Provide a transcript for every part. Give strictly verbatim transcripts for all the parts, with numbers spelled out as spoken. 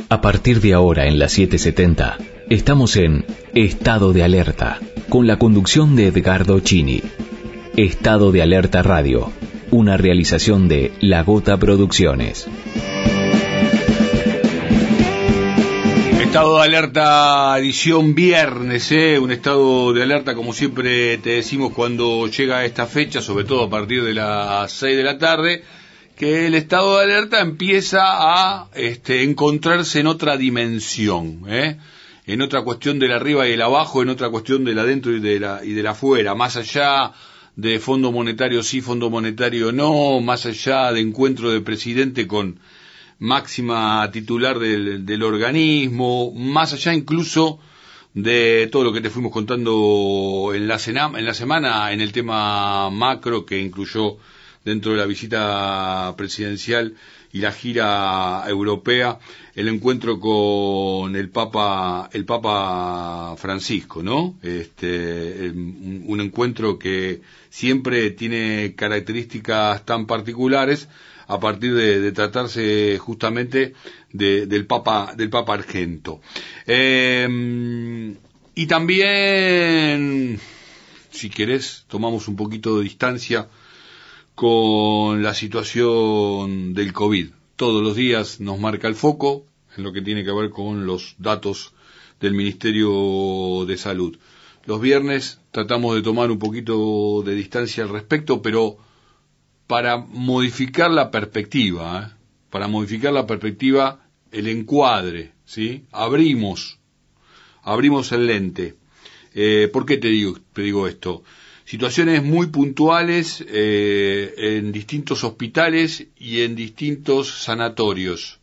A partir de ahora en la setecientos setenta, estamos en Estado de Alerta, con la conducción de Edgardo Chini. Estado de Alerta Radio, una realización de La Gota Producciones. Estado de Alerta, edición viernes, ¿eh? Un estado de alerta, como siempre te decimos cuando llega esta fecha, sobre todo a partir de las seis de la tarde, que el estado de alerta empieza a este, encontrarse en otra dimensión, ¿eh? En otra cuestión del arriba y del abajo, en otra cuestión del adentro y de la y del afuera, más allá de fondo monetario sí, fondo monetario no, más allá de encuentro de presidente con máxima titular del, del organismo, más allá incluso de todo lo que te fuimos contando en la, sena, en la semana en el tema macro, que incluyó dentro de la visita presidencial y la gira europea, el encuentro con el Papa, el Papa Francisco, ¿no? Este, un, un encuentro que siempre tiene características tan particulares a partir de, de tratarse justamente de, del Papa, del Papa Argento. Eh, y también, si querés, tomamos un poquito de distancia con la situación del COVID. Todos los días nos marca el foco en lo que tiene que ver con los datos del Ministerio de Salud. Los viernes tratamos de tomar un poquito de distancia al respecto, pero para modificar la perspectiva, ¿eh? para modificar la perspectiva, el encuadre, ¿sí? Abrimos, abrimos el lente. Eh, ¿Por qué te digo, te digo esto? Situaciones muy puntuales eh, en distintos hospitales y en distintos sanatorios.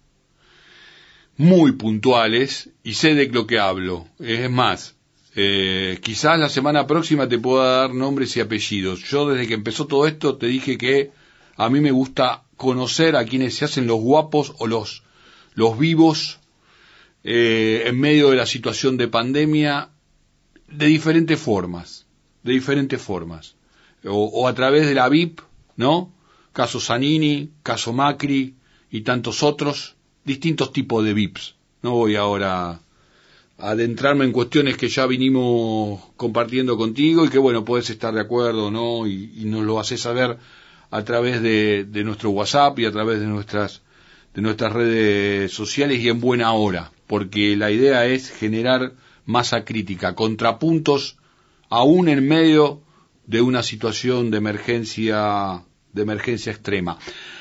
Muy puntuales, y sé de lo que hablo. Es más, eh, quizás la semana próxima te pueda dar nombres y apellidos. Yo desde que empezó todo esto te dije que a mí me gusta conocer a quienes se hacen los guapos o los, los vivos eh, en medio de la situación de pandemia de diferentes formas. de diferentes formas, o, o a través de la V I P, ¿no? Caso Zanini, caso Macri y tantos otros, distintos tipos de V I Ps. No voy ahora a adentrarme en cuestiones que ya vinimos compartiendo contigo y que, bueno, podés estar de acuerdo, ¿no? Y, y nos lo haces saber a través de, de nuestro WhatsApp y a través de nuestras, de nuestras redes sociales y en buena hora, porque la idea es generar masa crítica, contrapuntos aún en medio de una situación de emergencia, de emergencia extrema.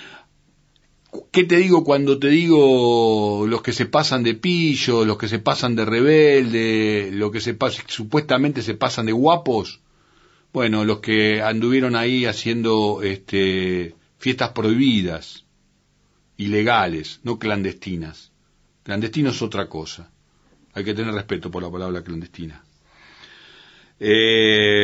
¿Qué te digo cuando te digo los que se pasan de pillo, los que se pasan de rebelde, los que se pas- supuestamente se pasan de guapos? Bueno, los que anduvieron ahí haciendo este, fiestas prohibidas, ilegales, no clandestinas. Clandestino es otra cosa. Hay que tener respeto por la palabra clandestina. Eh,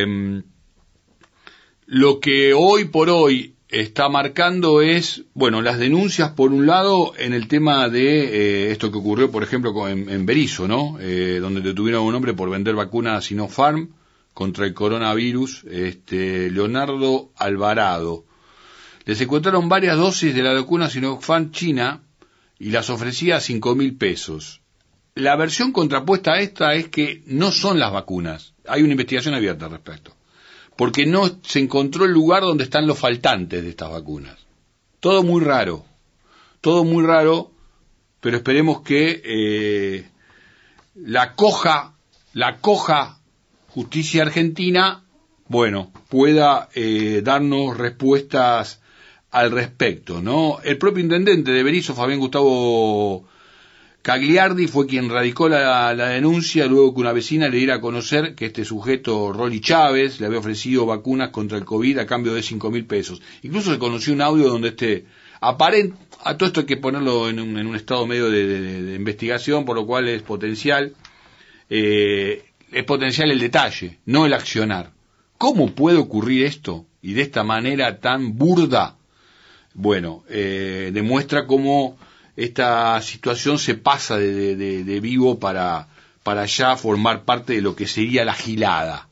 lo que hoy por hoy está marcando es, bueno, las denuncias por un lado en el tema de eh, esto que ocurrió, por ejemplo, en, en Berisso, ¿no? Eh, donde detuvieron a un hombre por vender vacunas Sinopharm contra el coronavirus, este, Leonardo Alvarado. Le secuestraron varias dosis de la vacuna Sinopharm china y las ofrecía a cinco mil pesos. La versión contrapuesta a esta es que no son las vacunas. Hay una investigación abierta al respecto. Porque no se encontró el lugar donde están los faltantes de estas vacunas. Todo muy raro. Todo muy raro, pero esperemos que eh, la coja, la coja justicia argentina, bueno, pueda eh, darnos respuestas al respecto, ¿no? El propio intendente de Berisso, Fabián Gustavo Cagliardi, fue quien radicó la, la denuncia luego que una vecina le diera a conocer que este sujeto, Rolly Chávez, le había ofrecido vacunas contra el COVID a cambio de cinco mil pesos. Incluso se conoció un audio donde este aparente, a todo esto hay que ponerlo en un, en un estado medio de, de, de investigación, por lo cual es potencial, eh, es potencial el detalle, no el accionar. ¿Cómo puede ocurrir esto? Y de esta manera tan burda. Bueno, eh, demuestra cómo esta situación se pasa de, de, de vivo para, para ya formar parte de lo que sería la gilada.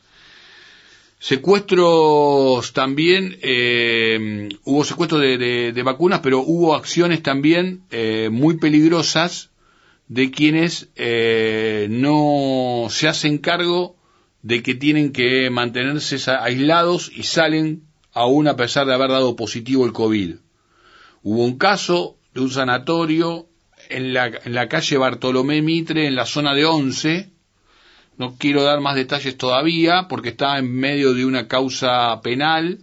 Secuestros también, eh, hubo secuestros de, de, de vacunas, pero hubo acciones también eh, muy peligrosas de quienes eh, no se hacen cargo de que tienen que mantenerse aislados y salen aún a pesar de haber dado positivo el COVID. Hubo un caso de un sanatorio en la, en la calle Bartolomé Mitre, en la zona de Once. No quiero dar más detalles todavía porque está en medio de una causa penal.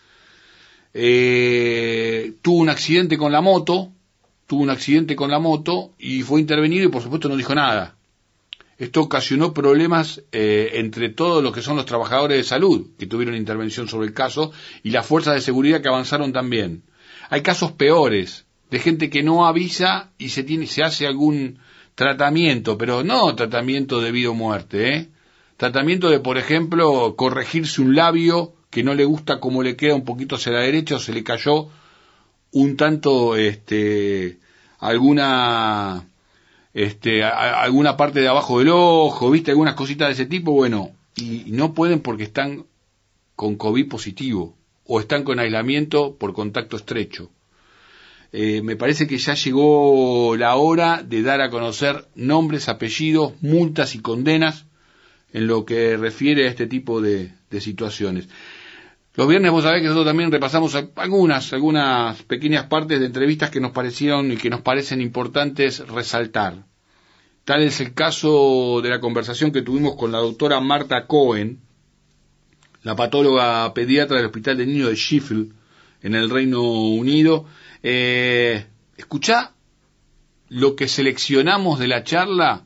Eh, tuvo un accidente con la moto, tuvo un accidente con la moto y fue intervenido y por supuesto no dijo nada. Esto ocasionó problemas eh, entre todos los que son los trabajadores de salud que tuvieron intervención sobre el caso y las fuerzas de seguridad que avanzaron también. Hay casos peores de gente que no avisa y se tiene, se hace algún tratamiento, pero no tratamiento de vida o muerte, ¿eh? Tratamiento de, por ejemplo, corregirse un labio que no le gusta cómo le queda un poquito hacia la derecha o se le cayó un tanto, este, alguna, este, a, alguna parte de abajo del ojo, viste, algunas cositas de ese tipo, bueno, y, y no pueden porque están con COVID positivo o están con aislamiento por contacto estrecho. Eh, me parece que ya llegó la hora de dar a conocer nombres, apellidos, multas y condenas en lo que refiere a este tipo de, de situaciones. Los viernes vos sabés que nosotros también repasamos algunas, algunas pequeñas partes de entrevistas que nos parecieron y que nos parecen importantes resaltar. Tal es el caso de la conversación que tuvimos con la doctora Marta Cohen, la patóloga pediatra del Hospital de Niños de Sheffield, en el Reino Unido. Eh, escuchá lo que seleccionamos de la charla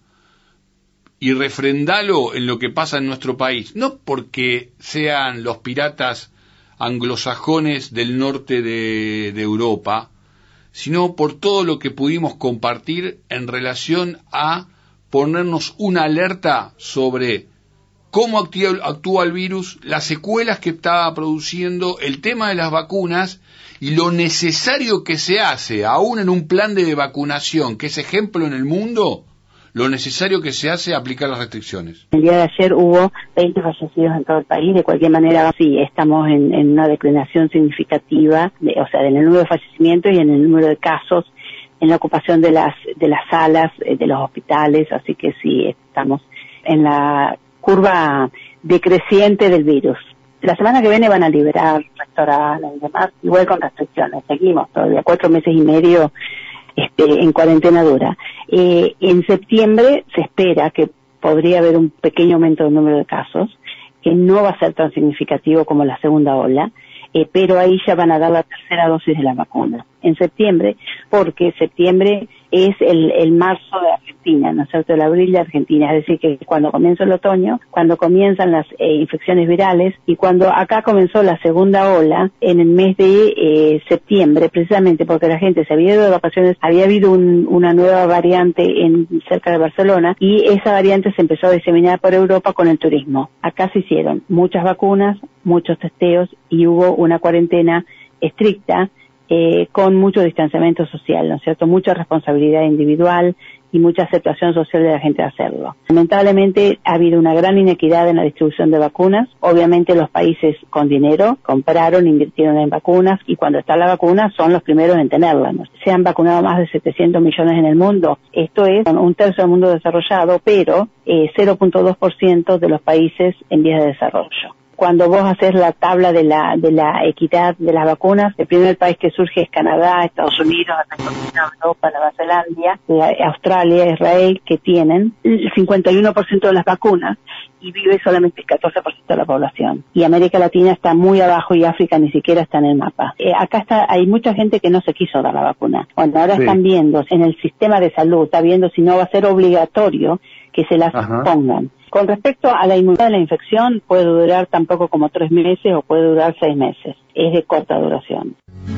y refrendalo en lo que pasa en nuestro país, no porque sean los piratas anglosajones del norte de, de Europa, sino por todo lo que pudimos compartir en relación a ponernos una alerta sobre cómo actúa, actúa el virus, las secuelas que está produciendo, el tema de las vacunas y lo necesario que se hace, aún en un plan de vacunación que es ejemplo en el mundo, lo necesario que se hace aplicar las restricciones. El día de ayer hubo veinte fallecidos en todo el país. De cualquier manera, sí, estamos en, en una declinación significativa, de, o sea, en el número de fallecimientos y en el número de casos, en la ocupación de las de las salas, de los hospitales, así que sí, estamos en la curva decreciente del virus. La semana que viene van a liberar restaurantes y demás, igual con restricciones. Seguimos todavía cuatro meses y medio este, en cuarentena dura. Eh, en septiembre se espera que podría haber un pequeño aumento del número de casos, que no va a ser tan significativo como la segunda ola, eh, pero ahí ya van a dar la tercera dosis de la vacuna. En septiembre, porque septiembre es el, el marzo de Argentina, ¿no es cierto?, el abril de Argentina, es decir, que cuando comienza el otoño, cuando comienzan las eh, infecciones virales, y cuando acá comenzó la segunda ola, en el mes de eh, septiembre, precisamente porque la gente se había ido de vacaciones, había habido un, una nueva variante en cerca de Barcelona, y esa variante se empezó a diseminar por Europa con el turismo. Acá se hicieron muchas vacunas, muchos testeos, y hubo una cuarentena estricta, Eh, con mucho distanciamiento social, ¿no es cierto?, mucha responsabilidad individual y mucha aceptación social de la gente de hacerlo. Lamentablemente ha habido una gran inequidad en la distribución de vacunas. Obviamente los países con dinero compraron, invirtieron en vacunas, y cuando está la vacuna son los primeros en tenerla, ¿no? Se han vacunado más de setecientos millones en el mundo. Esto es un tercio del mundo desarrollado, pero eh, cero punto dos por ciento de los países en vías de desarrollo. Cuando vos haces la tabla de la de la equidad de las vacunas, el primer país que surge es Canadá, Estados Unidos, Europa, Nueva Zelanda, Australia, Israel, que tienen el cincuenta y uno por ciento de las vacunas y vive solamente el catorce por ciento de la población. Y América Latina está muy abajo y África ni siquiera está en el mapa. Eh, acá está, hay mucha gente que no se quiso dar la vacuna. Cuando ahora sí están viendo en el sistema de salud, está viendo si no va a ser obligatorio que se las Ajá. pongan. Con respecto a la inmunidad de la infección, puede durar tan poco como tres meses o puede durar seis meses. Es de corta duración.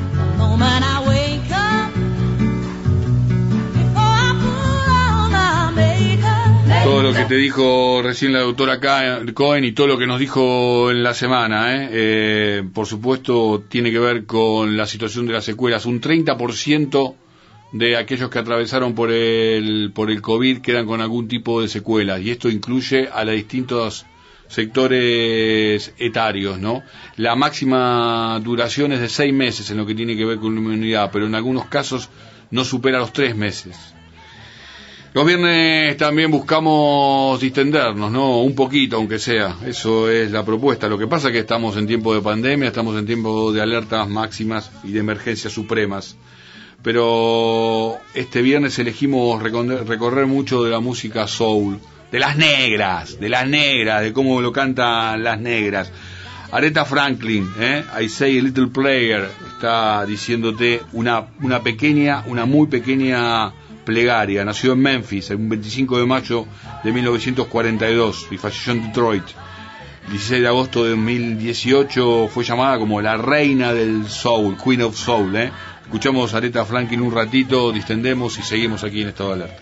Todo lo que te dijo recién la doctora Cohen y todo lo que nos dijo en la semana, ¿eh? Eh, por supuesto, tiene que ver con la situación de las secuelas. Un treinta por ciento de aquellos que atravesaron por el por el COVID quedan con algún tipo de secuelas, y esto incluye a los distintos sectores etarios, ¿no? La máxima duración es de seis meses en lo que tiene que ver con la inmunidad, pero en algunos casos no supera los tres meses. Los viernes también buscamos distendernos, ¿no? Un poquito, aunque sea. Eso es la propuesta. Lo que pasa es que estamos en tiempo de pandemia, estamos en tiempo de alertas máximas y de emergencias supremas. Pero este viernes elegimos recorrer mucho de la música soul, de las negras, de las negras, de cómo lo cantan las negras. Aretha Franklin, ¿eh? I Say a Little Prayer, está diciéndote una, una pequeña, una muy pequeña plegaria. Nació en Memphis el veinticinco de mayo de mil novecientos cuarenta y dos y falleció en Detroit. dieciséis de agosto de dos mil dieciocho fue llamada como la reina del soul, Queen of Soul. ¿eh? Escuchamos a Aretha Franklin un ratito, distendemos y seguimos aquí en Estado de Alerta.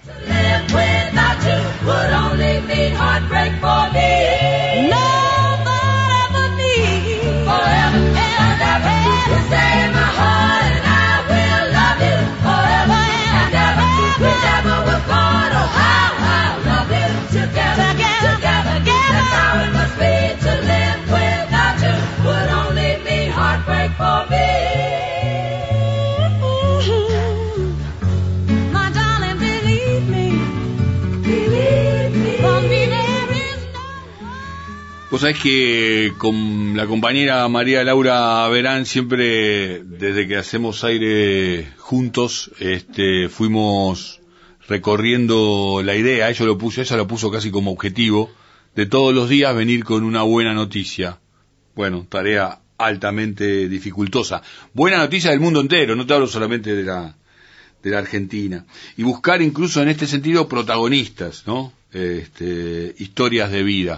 Vos sabés que con la compañera María Laura Verán siempre, desde que hacemos aire juntos, este, fuimos recorriendo la idea, ella lo puso, ella lo puso casi como objetivo, de todos los días venir con una buena noticia. Bueno, tarea altamente dificultosa. Buena noticia del mundo entero, no te hablo solamente de la, de la Argentina. Y buscar incluso en este sentido protagonistas, ¿no? Este, historias de vida.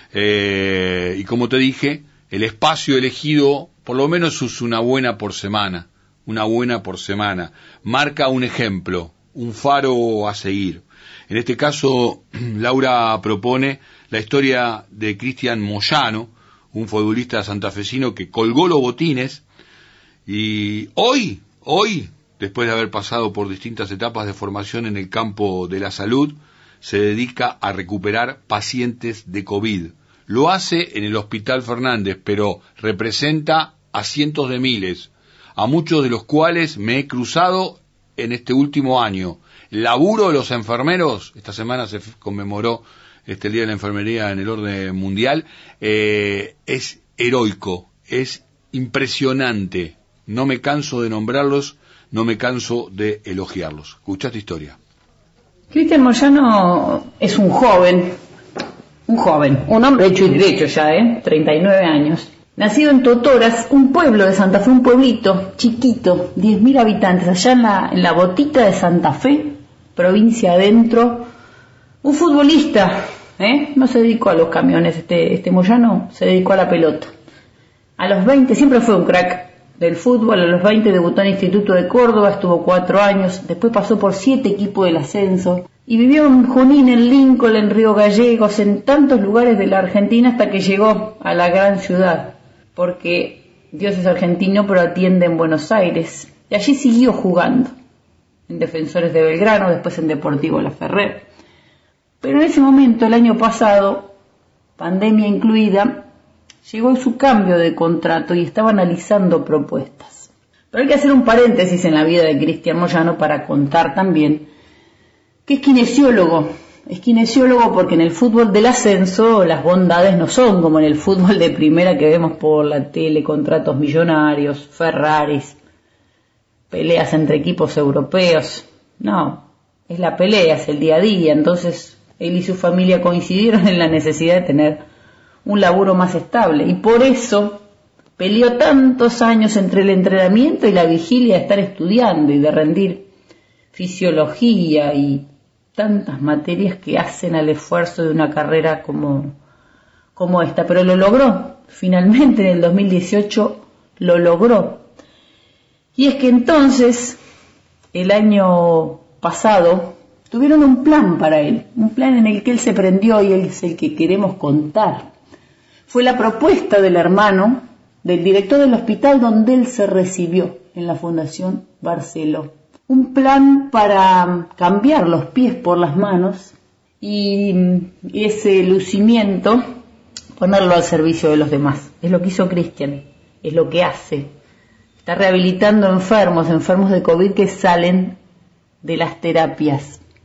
Eh, y como te dije, el espacio elegido por lo menos es una buena por semana, una buena por semana, marca un ejemplo, un faro a seguir. En este caso, Laura propone la historia de Cristian Moyano, un futbolista santafesino que colgó los botines y hoy, hoy, después de haber pasado por distintas etapas de formación en el campo de la salud, se dedica a recuperar pacientes de COVID. Lo hace en el Hospital Fernández, pero representa a cientos de miles, a muchos de los cuales me he cruzado en este último año. El laburo de los enfermeros, esta semana se conmemoró este el Día de la Enfermería en el orden mundial, eh, es heroico, es impresionante. No me canso de nombrarlos, no me canso de elogiarlos. Escuchá esta historia. Cristian Moyano es un joven, un joven, un hombre hecho y derecho ya, ¿eh? treinta y nueve años. Nacido en Totoras, un pueblo de Santa Fe, un pueblito chiquito, diez mil habitantes, allá en la, en la Botita de Santa Fe, provincia adentro. Un futbolista, ¿eh? No se dedicó a los camiones, este, este Moyano se dedicó a la pelota. A los veinte, siempre fue un crack del fútbol, a los veinte debutó en el Instituto de Córdoba, estuvo cuatro años, después pasó por siete equipos del ascenso, y vivió en Junín, en Lincoln, en Río Gallegos, en tantos lugares de la Argentina hasta que llegó a la gran ciudad, porque Dios es argentino pero atiende en Buenos Aires, y allí siguió jugando, en Defensores de Belgrano, después en Deportivo Laferrer. Pero en ese momento, el año pasado, pandemia incluida, llegó su cambio de contrato y estaba analizando propuestas. Pero hay que hacer un paréntesis en la vida de Cristian Moyano para contar también que es kinesiólogo. Es kinesiólogo porque en el fútbol del ascenso las bondades no son como en el fútbol de primera que vemos por la tele, contratos millonarios, Ferraris, peleas entre equipos europeos. No, es la pelea, es el día a día. Entonces él y su familia coincidieron en la necesidad de tener un laburo más estable, y por eso peleó tantos años entre el entrenamiento y la vigilia de estar estudiando y de rendir fisiología y tantas materias que hacen al esfuerzo de una carrera como, como esta, pero lo logró, finalmente en el dos mil dieciocho lo logró. Y es que entonces, el año pasado, tuvieron un plan para él, un plan en el que él se prendió y es el que queremos contar. Fue la propuesta del hermano del director del hospital donde él se recibió, en la Fundación Barceló. Un plan para cambiar los pies por las manos y ese lucimiento ponerlo al servicio de los demás. Es lo que hizo Cristian, es lo que hace. Está rehabilitando enfermos, enfermos de COVID que salen de las terapias.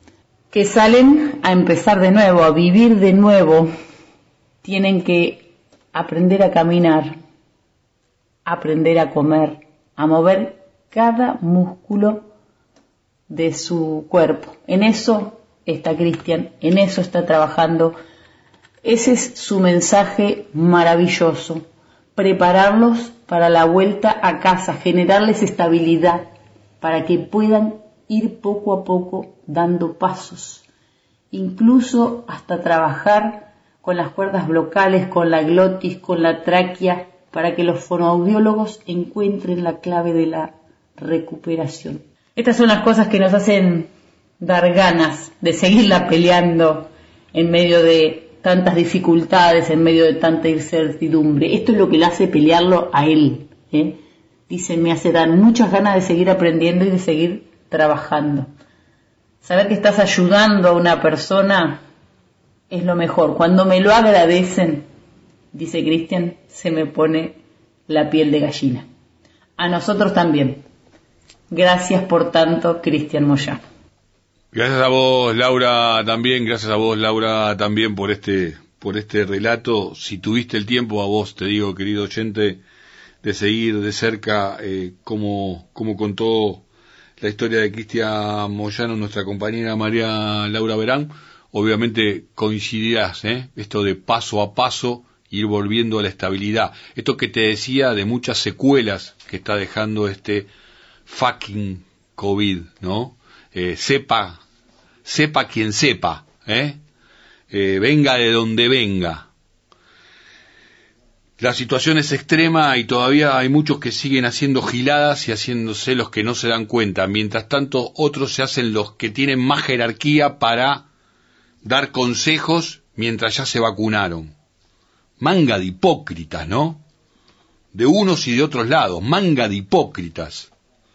que salen a empezar de nuevo, a vivir de nuevo. Tienen que aprender a caminar, aprender a comer, a mover cada músculo de su cuerpo. En eso está Cristian, en eso está trabajando. Ese es su mensaje maravilloso, prepararlos para la vuelta a casa, generarles estabilidad para que puedan ir poco a poco dando pasos, incluso hasta trabajar con las cuerdas vocales, con la glotis, con la tráquea, para que los fonoaudiólogos encuentren la clave de la recuperación. Estas son las cosas que nos hacen dar ganas de seguirla peleando en medio de tantas dificultades, en medio de tanta incertidumbre. Esto es lo que le hace pelearlo a él, ¿eh? Dice, me hace dar muchas ganas de seguir aprendiendo y de seguir trabajando. Saber que estás ayudando a una persona es lo mejor. Cuando me lo agradecen, dice Cristian, se me pone la piel de gallina. A nosotros también. Gracias por tanto, Cristian Moyano. Gracias a vos, Laura, también, gracias a vos, Laura, también por este, por este relato. Si tuviste el tiempo, a vos te digo, querido oyente, de seguir de cerca eh, cómo, cómo contó la historia de Cristian Moyano, nuestra compañera María Laura Verán, obviamente coincidirás, ¿eh? Esto de paso a paso, ir volviendo a la estabilidad. Esto que te decía de muchas secuelas que está dejando este fucking COVID, ¿no? Eh, sepa, sepa quien sepa, ¿eh? Eh, venga de donde venga. La situación es extrema y todavía hay muchos que siguen haciendo giladas y haciéndose los que no se dan cuenta. Mientras tanto, otros se hacen los que tienen más jerarquía para dar consejos mientras ya se vacunaron. Manga de hipócritas, ¿no? De unos y de otros lados, manga de hipócritas.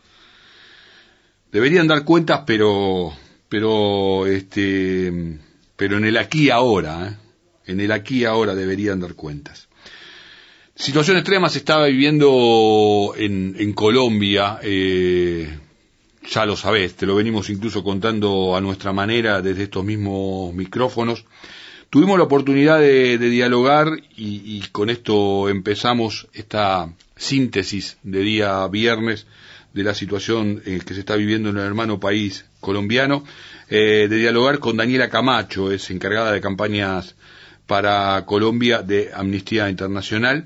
Deberían dar cuentas, pero, pero, este, pero en el aquí y ahora, ¿eh? En el aquí y ahora deberían dar cuentas. Situación extrema se estaba viviendo en, en Colombia, eh, ya lo sabés, te lo venimos incluso contando a nuestra manera desde estos mismos micrófonos. Tuvimos la oportunidad de, de dialogar y, y con esto empezamos esta síntesis de día viernes de la situación eh, que se está viviendo en el hermano país colombiano, eh, de dialogar con Daniela Camacho, es encargada de campañas para Colombia de Amnistía Internacional.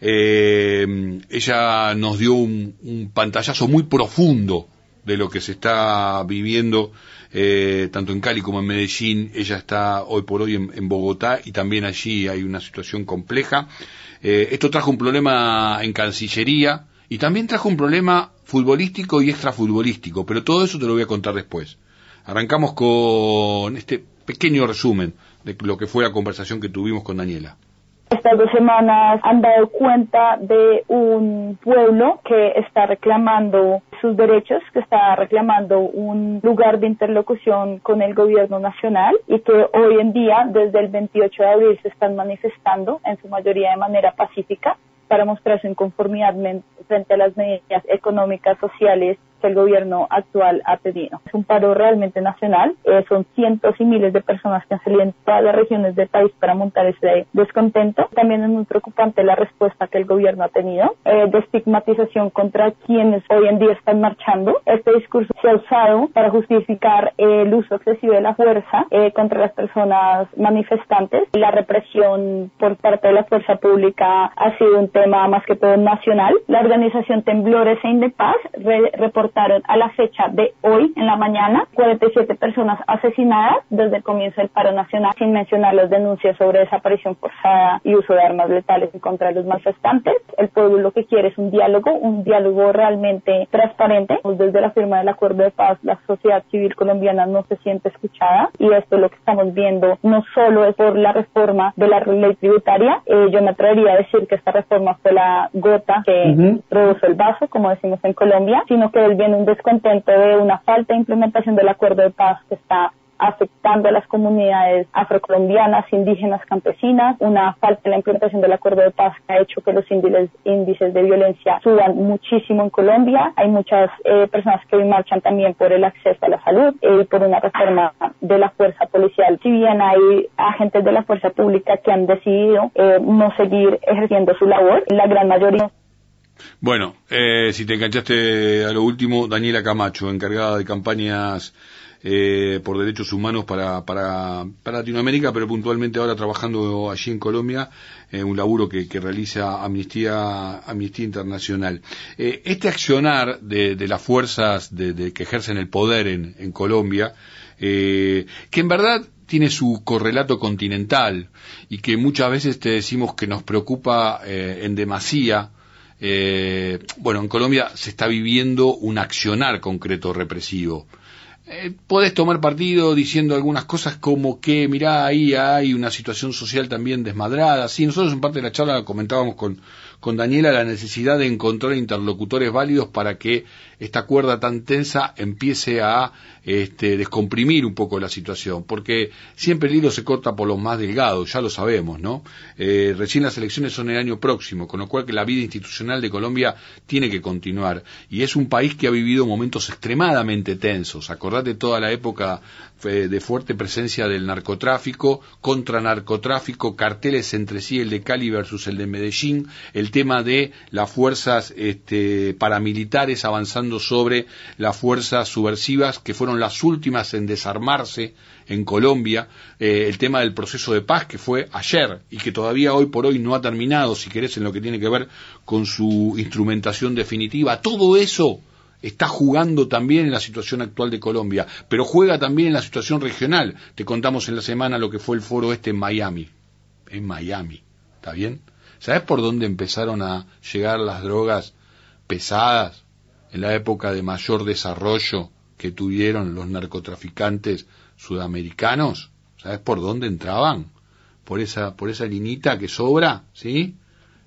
Eh, ella nos dio un, un pantallazo muy profundo de lo que se está viviendo eh, tanto en Cali como en Medellín. Ella está hoy por hoy en, en Bogotá y también allí hay una situación compleja. Eh, esto trajo un problema en Cancillería y también trajo un problema futbolístico y extrafutbolístico, pero todo eso te lo voy a contar después. Arrancamos con este pequeño resumen de lo que fue la conversación que tuvimos con Daniela. Estas dos semanas han dado cuenta de un pueblo que está reclamando sus derechos, que está reclamando un lugar de interlocución con el gobierno nacional y que hoy en día, desde el veintiocho de abril, se están manifestando, en su mayoría de manera pacífica, para mostrar su inconformidad frente a las medidas económicas, sociales que el gobierno actual ha pedido. Es un paro realmente nacional, eh, son cientos y miles de personas que han salido en todas las regiones del país para montar ese descontento. También es muy preocupante la respuesta que el gobierno ha tenido, eh, de estigmatización contra quienes hoy en día están marchando. Este discurso se ha usado para justificar eh, el uso excesivo de la fuerza eh, contra las personas manifestantes. La represión por parte de la fuerza pública ha sido un tema más que todo nacional. La organización Temblores e Indepaz re reportaron a la fecha de hoy en la mañana cuarenta y siete personas asesinadas desde el comienzo del paro nacional, sin mencionar las denuncias sobre desaparición forzada y uso de armas letales en contra de los manifestantes. El pueblo lo que quiere es un diálogo, un diálogo realmente transparente. Desde la firma del acuerdo de paz, la sociedad civil colombiana no se siente escuchada y esto es lo que estamos viendo, no solo es por la reforma de la ley tributaria. Eh, yo me atrevería a decir que esta reforma fue la gota que uh-huh. redujo el vaso, como decimos en Colombia, sino que él viene un descontento de una falta de implementación del acuerdo de paz que está afectando a las comunidades afrocolombianas, indígenas, campesinas, una falta en la implementación del acuerdo de paz que ha hecho que los índices, índices de violencia suban muchísimo en Colombia. Hay muchas eh, personas que hoy marchan también por el acceso a la salud eh, y por una reforma de la fuerza policial. Si bien hay agentes de la fuerza pública que han decidido eh, no seguir ejerciendo su labor, la gran mayoría. Bueno, eh, si te enganchaste a lo último, Daniela Camacho, encargada de campañas eh, por derechos humanos para, para, para Latinoamérica, pero puntualmente ahora trabajando allí en Colombia, eh, un laburo que, que realiza Amnistía, Amnistía Internacional. Eh, este accionar de, de las fuerzas de, de que ejercen el poder en, en Colombia, eh, que en verdad tiene su correlato continental y que muchas veces te decimos que nos preocupa eh, en demasía. Eh, bueno, en Colombia se está viviendo un accionar concreto represivo. Eh, podés tomar partido diciendo algunas cosas como que, mirá, ahí hay una situación social también desmadrada. Sí, nosotros en parte de la charla comentábamos con, con Daniela la necesidad de encontrar interlocutores válidos para que esta cuerda tan tensa empiece a este, descomprimir un poco la situación, porque siempre el hilo se corta por los más delgados, ya lo sabemos, ¿no? Eh, recién las elecciones son el año próximo, con lo cual que la vida institucional de Colombia tiene que continuar, y es un país que ha vivido momentos extremadamente tensos. Acordate toda la época eh, de fuerte presencia del narcotráfico, contranarcotráfico, carteles entre sí, el de Cali versus el de Medellín, el tema de las fuerzas este, paramilitares avanzando sobre las fuerzas subversivas que fueron las últimas en desarmarse en Colombia, eh, el tema del proceso de paz que fue ayer y que todavía hoy por hoy no ha terminado, si querés, en lo que tiene que ver con su instrumentación definitiva. Todo eso está jugando también en la situación actual de Colombia, pero juega también en la situación regional. Te contamos en la semana lo que fue el foro este en Miami, en Miami, ¿está bien? ¿Sabés por dónde empezaron a llegar las drogas pesadas en la época de mayor desarrollo que tuvieron los narcotraficantes sudamericanos? ¿Sabés por dónde entraban? Por esa, por esa linita que sobra, ¿sí?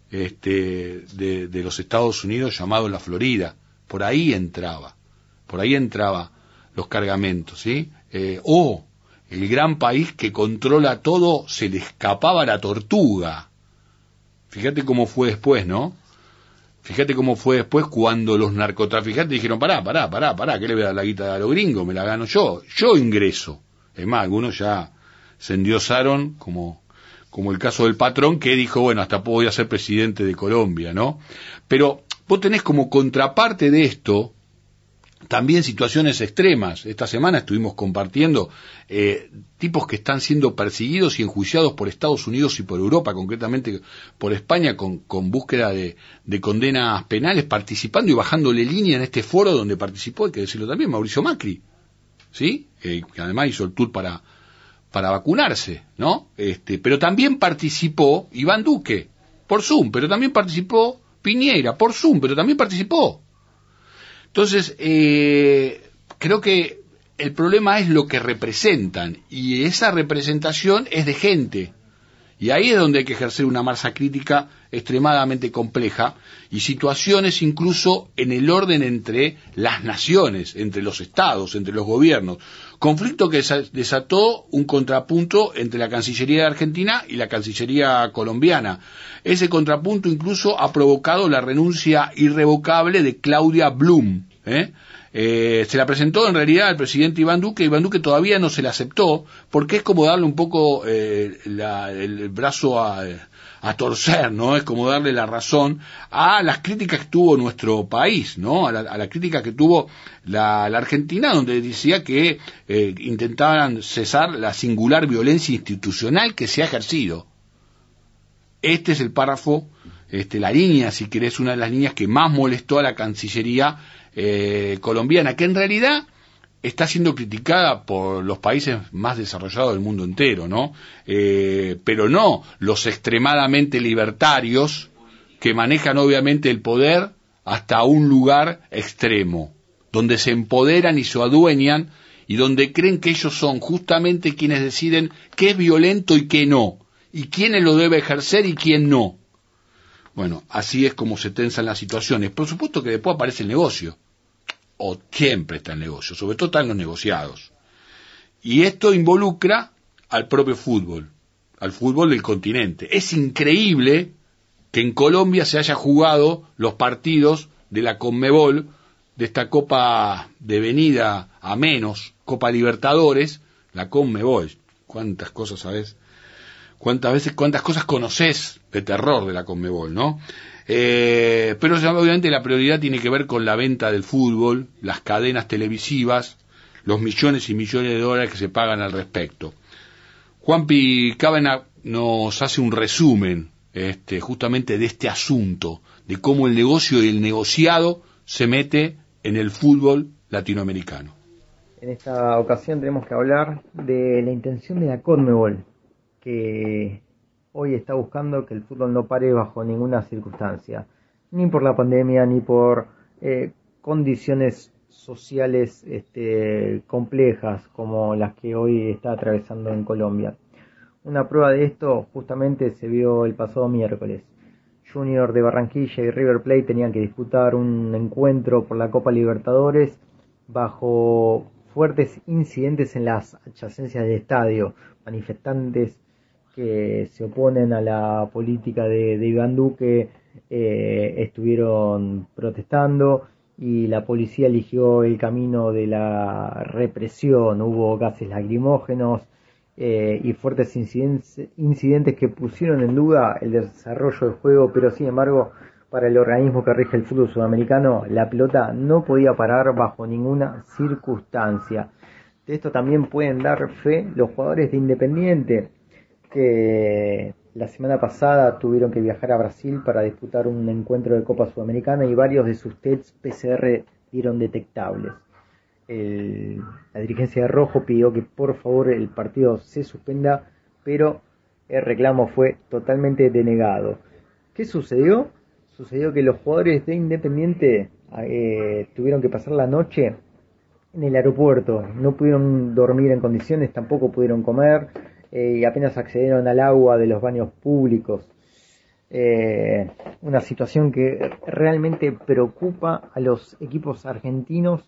Este, de, de los Estados Unidos llamado la Florida. Por ahí entraba, por ahí entraba los cargamentos, ¿sí? Eh, oh, el gran país que controla todo, se le escapaba la tortuga. Fíjate cómo fue después, ¿no? Fíjate cómo fue después cuando los narcotraficantes dijeron, pará, pará, pará, pará, ¿qué le voy a dar la guita a los gringos? Me la gano yo, yo ingreso. Es más, algunos ya se endiosaron, como, como el caso del patrón, que dijo, bueno, hasta voy a ser presidente de Colombia, ¿no? Pero vos tenés como contraparte de esto también situaciones extremas. Esta semana estuvimos compartiendo eh, tipos que están siendo perseguidos y enjuiciados por Estados Unidos y por Europa, concretamente por España, con, con búsqueda de, de condenas penales, participando y bajándole línea en este foro donde participó, hay que decirlo también, Mauricio Macri, ¿sí? Eh, que además hizo el tour para, para vacunarse, ¿no? Este, pero también participó Iván Duque, por Zoom, pero también participó Piñera, por Zoom, pero también participó. Entonces, eh, creo que el problema es lo que representan, y esa representación es de gente, y ahí es donde hay que ejercer una masa crítica extremadamente compleja, y situaciones incluso en el orden entre las naciones, entre los estados, entre los gobiernos, conflicto que desató un contrapunto entre la Cancillería de Argentina y la Cancillería colombiana. Ese contrapunto incluso ha provocado la renuncia irrevocable de Claudia Blum, ¿eh? Eh, se la presentó en realidad al presidente Iván Duque, Iván Duque todavía no se la aceptó, porque es como darle un poco eh, la, el brazo a, a torcer, ¿no? Es como darle la razón a las críticas que tuvo nuestro país, ¿no? A la, a la crítica que tuvo la, la Argentina, donde decía que eh, intentaban cesar la singular violencia institucional que se ha ejercido. Este es el párrafo, este, la línea, si querés, una de las líneas que más molestó a la Cancillería eh, colombiana, que en realidad está siendo criticada por los países más desarrollados del mundo entero, ¿no? Eh, pero no los extremadamente libertarios que manejan obviamente el poder hasta un lugar extremo, donde se empoderan y se adueñan y donde creen que ellos son justamente quienes deciden qué es violento y qué no, y quién lo debe ejercer y quién no. Bueno, así es como se tensan las situaciones. Por supuesto que después aparece el negocio, o siempre está el negocio, sobre todo están los negociados. Y esto involucra al propio fútbol, al fútbol del continente. Es increíble que en Colombia se haya jugado los partidos de la Conmebol, de esta Copa de venida a menos, Copa Libertadores, la Conmebol. ¿Cuántas cosas sabes? ¿Cuántas veces, cuántas cosas conoces de terror de la Conmebol, no? Eh, pero obviamente la prioridad tiene que ver con la venta del fútbol, las cadenas televisivas, los millones y millones de dólares que se pagan al respecto. Juanpi Cávena nos hace un resumen este, justamente de este asunto, de cómo el negocio y el negociado se mete en el fútbol latinoamericano. En esta ocasión tenemos que hablar de la intención de la Conmebol, que hoy está buscando que el fútbol no pare bajo ninguna circunstancia, ni por la pandemia, ni por eh, condiciones sociales este, complejas como las que hoy está atravesando en Colombia. Una prueba de esto justamente se vio el pasado miércoles. Junior de Barranquilla y River Plate tenían que disputar un encuentro por la Copa Libertadores bajo fuertes incidentes en las adyacencias del estadio, manifestantes que se oponen a la política de, de Iván Duque eh, estuvieron protestando y la policía eligió el camino de la represión. Hubo gases lacrimógenos eh, y fuertes incidentes, incidentes que pusieron en duda el desarrollo del juego, pero sin embargo para el organismo que rige el fútbol sudamericano la pelota no podía parar bajo ninguna circunstancia. De esto también pueden dar fe los jugadores de Independiente, que la semana pasada tuvieron que viajar a Brasil para disputar un encuentro de Copa Sudamericana y varios de sus tests P C R dieron detectables. El, la dirigencia de Rojo pidió que por favor el partido se suspenda, pero el reclamo fue totalmente denegado. ¿Qué sucedió? Sucedió que los jugadores de Independiente eh, tuvieron que pasar la noche en el aeropuerto, no pudieron dormir en condiciones, tampoco pudieron comer, Eh, y apenas accedieron al agua de los baños públicos. Eh, una situación que realmente preocupa a los equipos argentinos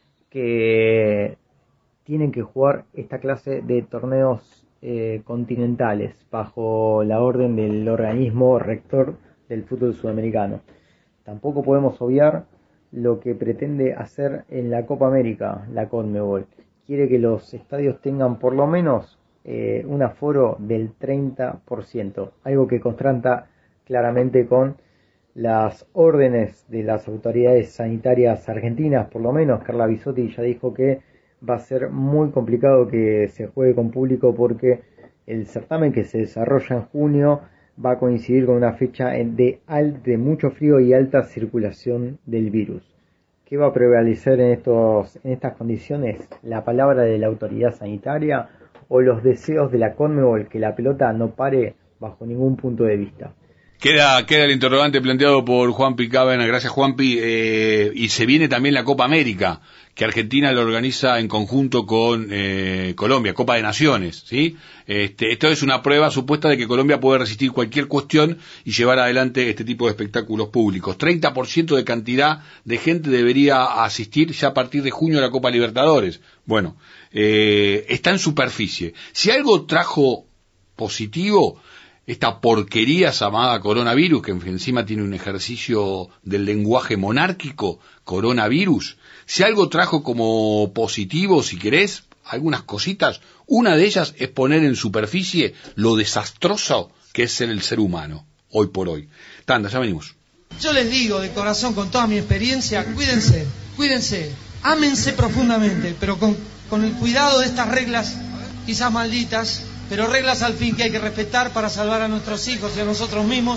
que tienen que jugar esta clase de torneos eh, continentales bajo la orden del organismo rector del fútbol sudamericano. Tampoco podemos obviar lo que pretende hacer en la Copa América la Conmebol. Quiere que los estadios tengan por lo menos Eh, un aforo del treinta por ciento, algo que contrasta claramente con las órdenes de las autoridades sanitarias argentinas. Por lo menos Carla Bisotti ya dijo que va a ser muy complicado que se juegue con público porque el certamen que se desarrolla en junio va a coincidir con una fecha de, alt, de mucho frío y alta circulación del virus. ¿Qué va a prevalecer en, estos, en estas condiciones? ¿La palabra de la autoridad sanitaria o los deseos de la Conmebol que la pelota no pare bajo ningún punto de vista? Queda, queda el interrogante planteado por Juanpi Cávena. Gracias, Juanpi. Eh, y se viene también la Copa América, que Argentina lo organiza en conjunto con eh, Colombia, Copa de Naciones, ¿sí? Este, esto es una prueba supuesta de que Colombia puede resistir cualquier cuestión y llevar adelante este tipo de espectáculos públicos. treinta por ciento de cantidad de gente debería asistir ya a partir de junio a la Copa Libertadores. Bueno, eh, está en superficie. Si algo trajo positivo, esta porquería llamada coronavirus, que encima tiene un ejercicio del lenguaje monárquico, coronavirus, si algo trajo como positivo, si querés, algunas cositas, una de ellas es poner en superficie lo desastroso que es ser el ser humano, hoy por hoy. Tanda, ya venimos. Yo les digo de corazón, con toda mi experiencia, cuídense, cuídense, ámense profundamente, pero con, con el cuidado de estas reglas, quizás malditas, pero reglas al fin que hay que respetar para salvar a nuestros hijos y a nosotros mismos.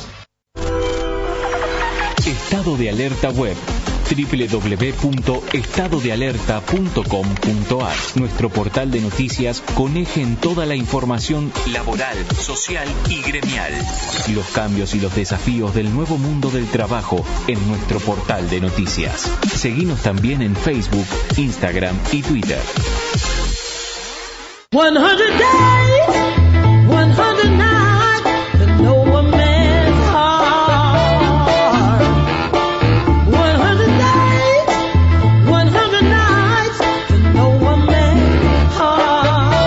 Estado de Alerta Web, doble u doble u doble u punto estado de alerta punto com punto a r, nuestro portal de noticias con eje en toda la información laboral, social y gremial. Los cambios y los desafíos del nuevo mundo del trabajo en nuestro portal de noticias. Seguinos también en Facebook, Instagram y Twitter. one hundred days, one hundred nights, to know a man's heart. one hundred days, one hundred nights, to know a man's heart.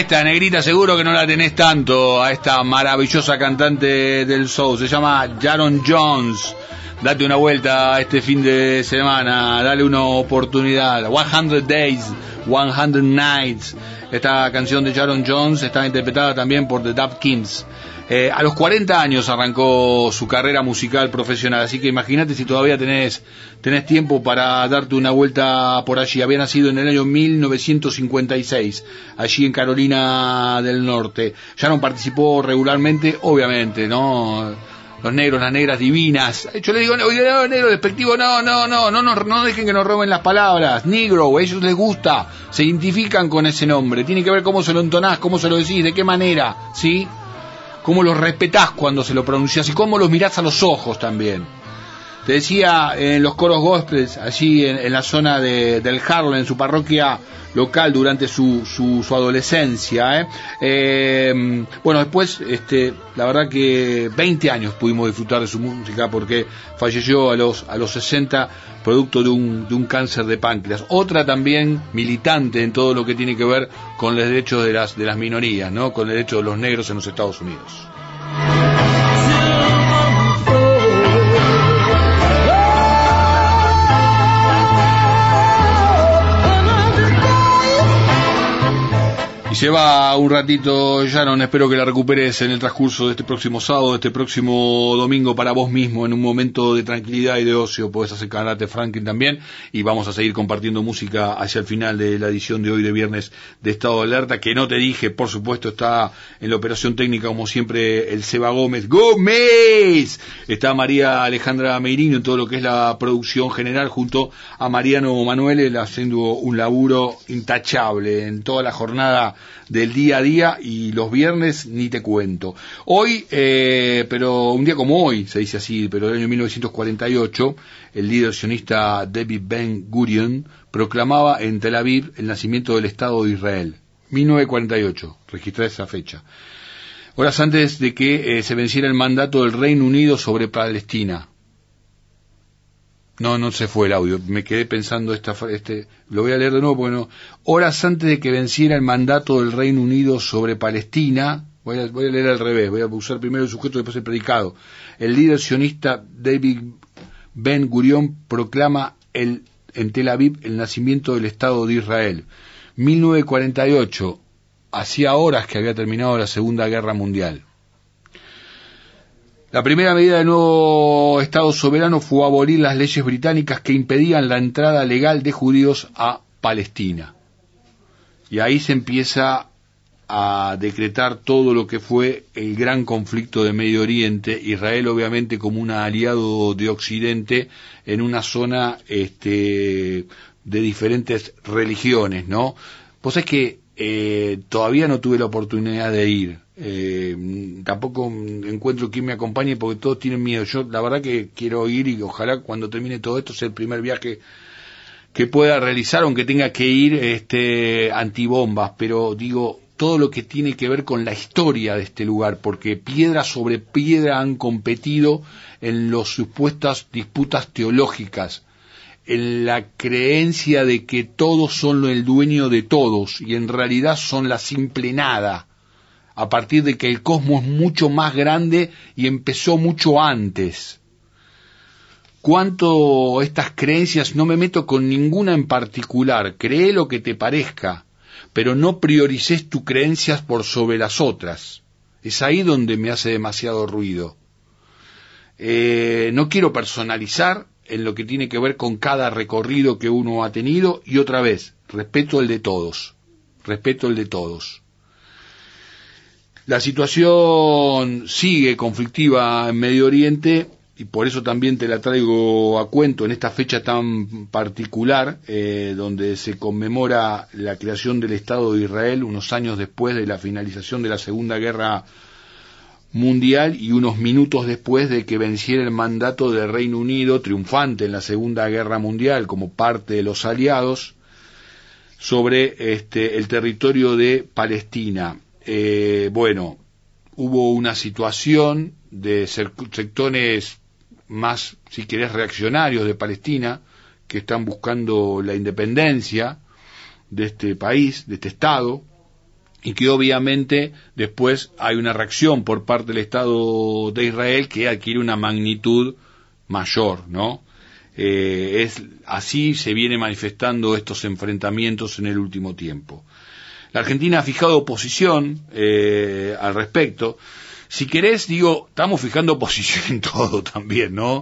esta, negrita, seguro que no la tenés tanto, a esta maravillosa cantante del soul. Se llama Sharon Jones. Date una vuelta este fin de semana, dale una oportunidad. cien Days, cien Nights. Esta canción de Sharon Jones está interpretada también por The Dap Kings. Eh, a los cuarenta años arrancó su carrera musical profesional, así que imagínate si todavía tenés, tenés tiempo para darte una vuelta por allí. Había nacido en el año mil novecientos cincuenta y seis, allí en Carolina del Norte. Sharon participó regularmente, obviamente, ¿no? Los negros, las negras divinas. Yo le digo, oye, no, negro despectivo, no, no, no, no, no, no dejen que nos roben las palabras. Negro, a ellos les gusta, se identifican con ese nombre. Tiene que ver cómo se lo entonás, cómo se lo decís, de qué manera, ¿sí? Cómo los respetás cuando se lo pronunciás y cómo los mirás a los ojos también. Te decía, en los coros gospels, allí en, en la zona de, del Harlem, en su parroquia local durante su, su, su adolescencia, ¿eh? Eh, bueno, después, este, la verdad que veinte años pudimos disfrutar de su música porque falleció a los, a los sesenta producto de un, de un cáncer de páncreas. Otra también militante en todo lo que tiene que ver con los derechos de las, de las minorías, ¿no? Con el derecho de los negros en los Estados Unidos. Y se va un ratito, Sharon, espero que la recuperes en el transcurso de este próximo sábado, de este próximo domingo para vos mismo, en un momento de tranquilidad y de ocio. Podés hacer Karate Franklin también, y vamos a seguir compartiendo música hacia el final de la edición de hoy de viernes de Estado de Alerta, que no te dije, por supuesto, está en la operación técnica, como siempre, el Seba Gómez. ¡Gómez! Está María Alejandra Meirino en todo lo que es la producción general, junto a Mariano Manuel, haciendo un laburo intachable en toda la jornada del día a día, y los viernes ni te cuento. Hoy, eh, pero un día como hoy, se dice así, pero del año mil novecientos cuarenta y ocho, el líder sionista David Ben Gurion proclamaba en Tel Aviv el nacimiento del Estado de Israel. mil novecientos cuarenta y ocho, registrá esa fecha. Horas antes de que eh, se venciera el mandato del Reino Unido sobre Palestina. No, no se fue el audio, me quedé pensando esta, este, lo voy a leer de nuevo porque no. Horas antes de que venciera el mandato del Reino Unido sobre Palestina, voy a, voy a leer al revés, voy a usar primero el sujeto y después el predicado. El líder sionista David Ben Gurion proclama el, en Tel Aviv el nacimiento del Estado de Israel. mil novecientos cuarenta y ocho, hacía horas que había terminado la Segunda Guerra Mundial. La primera medida del nuevo Estado soberano fue abolir las leyes británicas que impedían la entrada legal de judíos a Palestina. Y ahí se empieza a decretar todo lo que fue el gran conflicto de Medio Oriente, Israel obviamente como un aliado de Occidente en una zona este, de diferentes religiones, ¿no? Pues es que eh, todavía no tuve la oportunidad de ir. Eh, tampoco encuentro quien me acompañe porque todos tienen miedo. Yo la verdad que quiero ir, y ojalá cuando termine todo esto sea el primer viaje que pueda realizar, aunque tenga que ir este antibombas, pero digo, todo lo que tiene que ver con la historia de este lugar, porque piedra sobre piedra han competido en las supuestas disputas teológicas, en la creencia de que todos son el dueño de todos y en realidad son la simple nada, a partir de que el cosmos es mucho más grande y empezó mucho antes. Cuánto estas creencias, no me meto con ninguna en particular, cree lo que te parezca, pero no priorices tus creencias por sobre las otras. Es ahí donde me hace demasiado ruido. Eh, no quiero personalizar en lo que tiene que ver con cada recorrido que uno ha tenido, y otra vez, respeto el de todos, respeto el de todos. La situación sigue conflictiva en Medio Oriente, y por eso también te la traigo a cuento en esta fecha tan particular, eh, donde se conmemora la creación del Estado de Israel unos años después de la finalización de la Segunda Guerra Mundial y unos minutos después de que venciera el mandato del Reino Unido, triunfante en la Segunda Guerra Mundial como parte de los aliados, sobre este, el territorio de Palestina. Eh, bueno, hubo una situación de sectores más, si querés, reaccionarios de Palestina, que están buscando la independencia de este país, de este Estado, y que obviamente después hay una reacción por parte del Estado de Israel que adquiere una magnitud mayor, ¿no? Eh, es así se viene manifestando estos enfrentamientos en el último tiempo. La Argentina ha fijado posición eh, al respecto. Si querés, digo, estamos fijando posición en todo también, ¿no?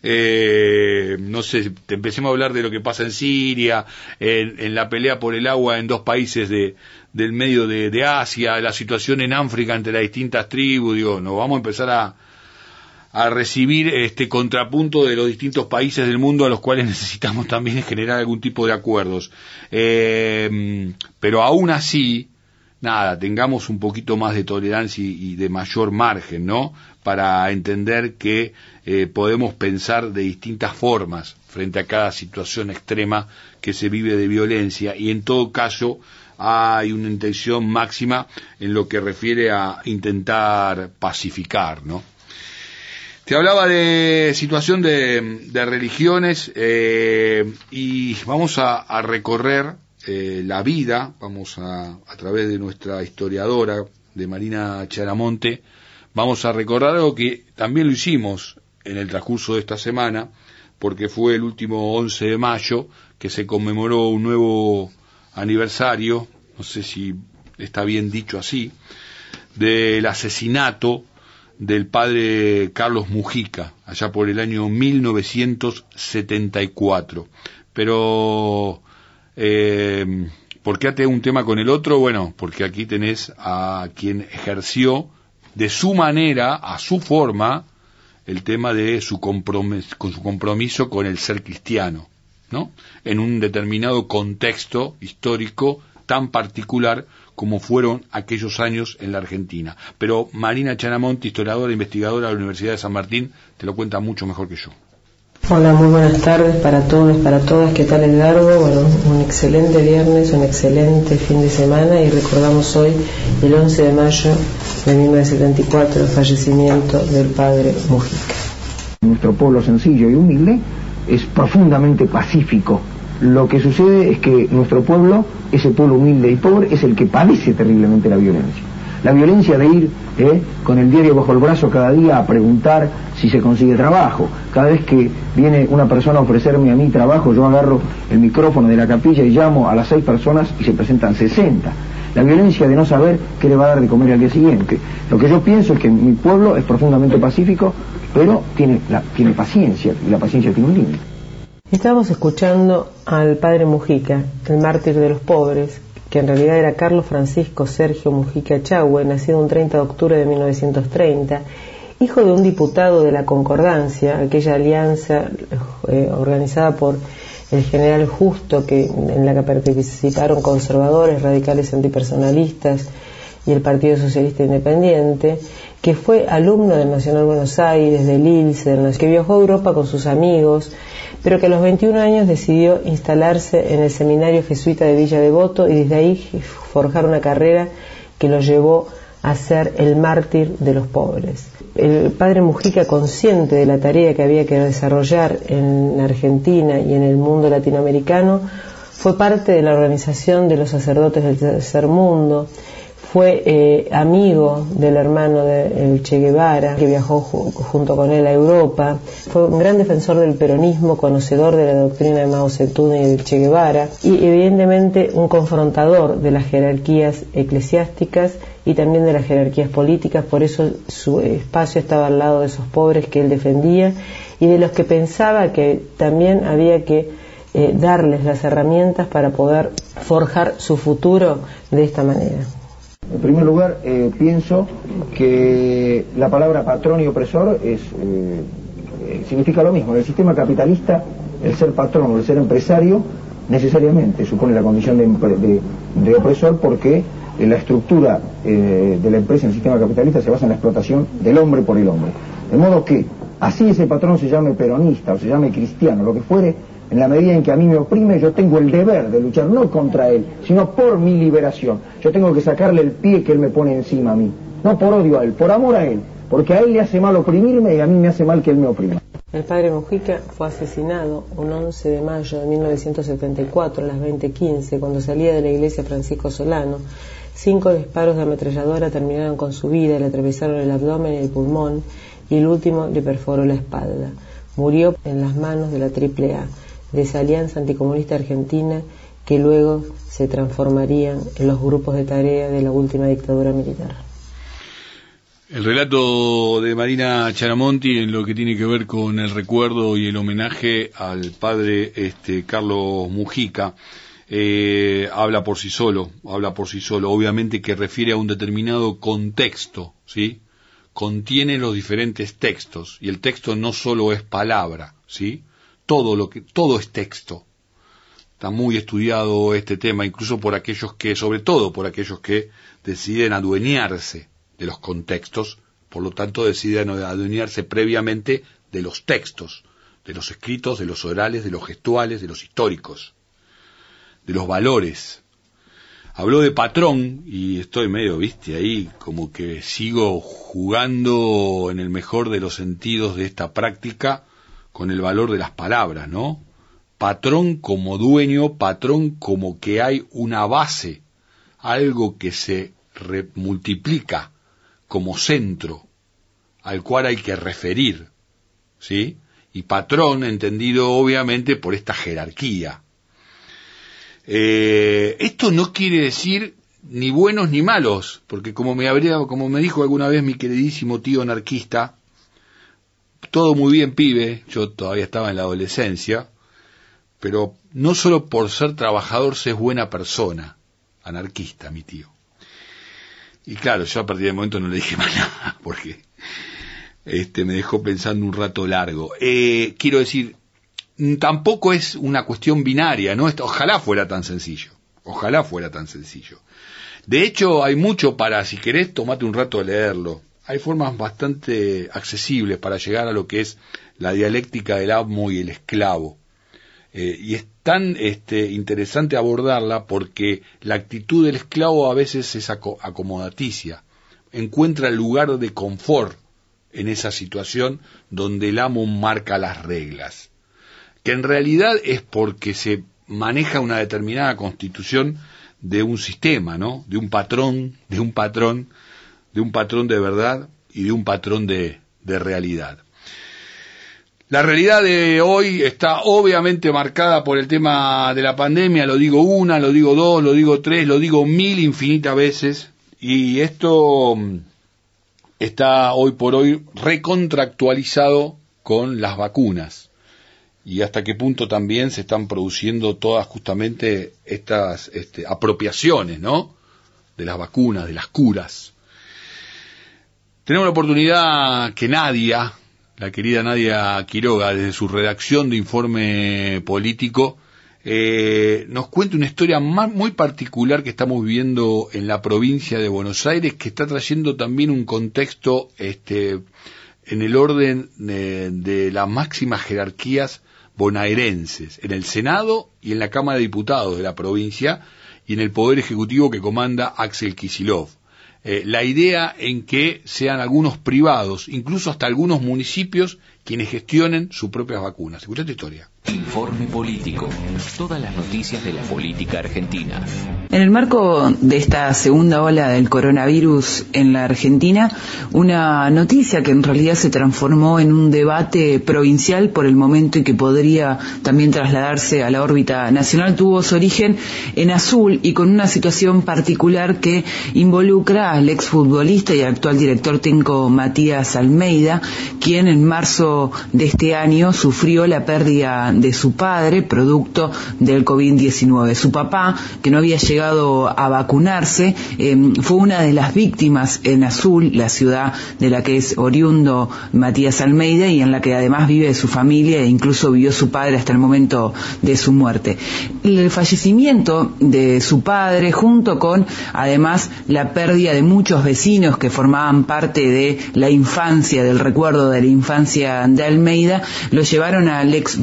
Eh, no sé, te empecemos a hablar de lo que pasa en Siria, en, en la pelea por el agua en dos países de, del medio de, de Asia, la situación en África entre las distintas tribus, digo, nos vamos a empezar a, a recibir este contrapunto de los distintos países del mundo a los cuales necesitamos también generar algún tipo de acuerdos. Eh, pero aún así, nada, tengamos un poquito más de tolerancia y, y de mayor margen, ¿no? Para entender que eh, podemos pensar de distintas formas frente a cada situación extrema que se vive de violencia, y en todo caso hay una intención máxima en lo que refiere a intentar pacificar, ¿no? Te hablaba de situación de, de religiones eh, y vamos a, a recorrer Eh, la vida, vamos a, a través de nuestra historiadora, de Marina Charamonte, vamos a recordar algo que también lo hicimos en el transcurso de esta semana, porque fue el último once de mayo que se conmemoró un nuevo aniversario, no sé si está bien dicho así, del asesinato del padre Carlos Mujica, allá por el año mil novecientos setenta y cuatro. Pero Eh, ¿por qué até un tema con el otro? Bueno, porque aquí tenés a quien ejerció de su manera, a su forma, el tema de su compromiso, con su compromiso con el ser cristiano, ¿no? En un determinado contexto histórico tan particular como fueron aquellos años en la Argentina. Pero Marina Charamonte, historiadora e investigadora de la Universidad de San Martín, te lo cuenta mucho mejor que yo. Hola, muy buenas tardes para todos, para todas. ¿Qué tal, Edgardo? Bueno, un excelente viernes, un excelente fin de semana, y recordamos hoy el once de mayo de mil novecientos setenta y cuatro el fallecimiento del padre Mujica. Nuestro pueblo sencillo y humilde es profundamente pacífico. Lo que sucede es que nuestro pueblo, ese pueblo humilde y pobre, es el que padece terriblemente la violencia. La violencia de ir eh, con el diario bajo el brazo cada día a preguntar si se consigue trabajo. Cada vez que viene una persona a ofrecerme a mí trabajo, yo agarro el micrófono de la capilla y llamo a las seis personas y se presentan sesenta. La violencia de no saber qué le va a dar de comer al día siguiente. Lo que yo pienso es que mi pueblo es profundamente pacífico, pero tiene, la, tiene paciencia, y la paciencia tiene un límite. Estamos escuchando al padre Mujica, el mártir de los pobres, que en realidad era Carlos Francisco Sergio Mujica Echagüe, nacido un treinta de octubre de mil novecientos treinta, hijo de un diputado de la Concordancia, aquella alianza eh, organizada por el general Justo, que, en la que participaron conservadores, radicales antipersonalistas y el Partido Socialista Independiente, que fue alumno del Nacional Buenos Aires, del I L S E, que viajó a Europa con sus amigos, pero que a los veintiún años decidió instalarse en el seminario jesuita de Villa Devoto y desde ahí forjar una carrera que lo llevó a ser el mártir de los pobres. El padre Mujica, consciente de la tarea que había que desarrollar en Argentina y en el mundo latinoamericano, fue parte de la organización de los sacerdotes del Tercer Mundo. Fue eh, amigo del hermano de el Che Guevara, que viajó ju junto con él a Europa. Fue un gran defensor del peronismo, conocedor de la doctrina de Mao Zedong y del Che Guevara, y evidentemente un confrontador de las jerarquías eclesiásticas y también de las jerarquías políticas. Por eso su espacio estaba al lado de esos pobres que él defendía y de los que pensaba que también había que eh, darles las herramientas para poder forjar su futuro de esta manera. En primer lugar, eh, pienso que la palabra patrón y opresor es, eh, eh, significa lo mismo. En el sistema capitalista, el ser patrón o el ser empresario necesariamente supone la condición de, de, de opresor, porque eh, la estructura eh, de la empresa en el sistema capitalista se basa en la explotación del hombre por el hombre. De modo que, así ese patrón se llame peronista o se llame cristiano, lo que fuere, en la medida en que a mí me oprime, yo tengo el deber de luchar no contra él, sino por mi liberación. Yo tengo que sacarle el pie que él me pone encima a mí, no por odio a él, por amor a él, porque a él le hace mal oprimirme y a mí me hace mal que él me oprima. El padre Mujica fue asesinado un once de mayo de mil novecientos setenta y cuatro a las veinte quince, cuando salía de la iglesia Francisco Solano, Cinco disparos de ametralladora terminaron con su vida, le atravesaron el abdomen y el pulmón, y el último le perforó la espalda. Murió en las manos de la Triple A, de esa alianza anticomunista argentina que luego se transformarían en los grupos de tarea de la última dictadura militar. El relato de Marina Charamonti en lo que tiene que ver con el recuerdo y el homenaje al padre este, Carlos Mujica eh, habla por sí solo, habla por sí solo, obviamente que refiere a un determinado contexto, ¿sí? Contiene los diferentes textos, y el texto no solo es palabra, ¿sí? Todo lo que, todo es texto. Está muy estudiado este tema, incluso por aquellos que, sobre todo por aquellos que deciden adueñarse de los contextos, por lo tanto deciden adueñarse previamente de los textos, de los escritos, de los orales, de los gestuales, de los históricos, de los valores. Habló de patrón, y estoy medio, viste, ahí como que sigo jugando en el mejor de los sentidos de esta práctica con el valor de las palabras, ¿no? Patrón como dueño, patrón como que hay una base, algo que se multiplica como centro, al cual hay que referir, ¿sí? Y patrón entendido obviamente por esta jerarquía. Eh, esto no quiere decir ni buenos ni malos, porque como me habría, como me dijo alguna vez mi queridísimo tío anarquista, todo muy bien, pibe, yo todavía estaba en la adolescencia, pero no solo por ser trabajador se es buena persona, anarquista mi tío. Y claro, yo a partir del momento no le dije más nada, porque este me dejó pensando un rato largo. Eh, quiero decir, tampoco es una cuestión binaria, ¿no? Ojalá fuera tan sencillo, ojalá fuera tan sencillo. De hecho, hay mucho para, si querés, tomate un rato a leerlo. Hay formas bastante accesibles para llegar a lo que es la dialéctica del amo y el esclavo. Eh, y es tan este, interesante abordarla porque la actitud del esclavo a veces es aco- acomodaticia, encuentra el lugar de confort en esa situación donde el amo marca las reglas, que en realidad es porque se maneja una determinada constitución de un sistema, ¿no? De un patrón, de un patrón, de un patrón de verdad y de un patrón de, de realidad. La realidad de hoy está obviamente marcada por el tema de la pandemia, lo digo una, lo digo dos, lo digo tres, lo digo mil infinitas veces, y esto está hoy por hoy recontractualizado con las vacunas, y hasta qué punto también se están produciendo todas justamente estas este, apropiaciones, ¿no?, de las vacunas, de las curas. Tenemos la oportunidad que Nadia, la querida Nadia Quiroga, desde su redacción de Informe Político, eh, nos cuenta una historia más, muy particular que estamos viviendo en la provincia de Buenos Aires, que está trayendo también un contexto este, en el orden de, de las máximas jerarquías bonaerenses, en el Senado y en la Cámara de Diputados de la provincia, y en el Poder Ejecutivo que comanda Axel Kicillof. Eh, la idea en que sean algunos privados, incluso hasta algunos municipios, quienes gestionen sus propias vacunas. Escucha esta historia. Informe Político. Todas las noticias de la política argentina. En el marco de esta segunda ola del coronavirus en la Argentina, una noticia que en realidad se transformó en un debate provincial por el momento y que podría también trasladarse a la órbita nacional, tuvo su origen en Azul y con una situación particular que involucra al exfutbolista y actual director técnico Matías Almeida, quien en marzo de este año sufrió la pérdida de su padre producto del COVID diecinueve. Su papá, que no había llegado a vacunarse, eh, fue una de las víctimas en Azul, la ciudad de la que es oriundo Matías Almeida y en la que además vive su familia e incluso vivió su padre hasta el momento de su muerte. El fallecimiento de su padre, junto con además la pérdida de muchos vecinos que formaban parte de la infancia, del recuerdo de la infancia de Almeida, lo llevaron al ex volante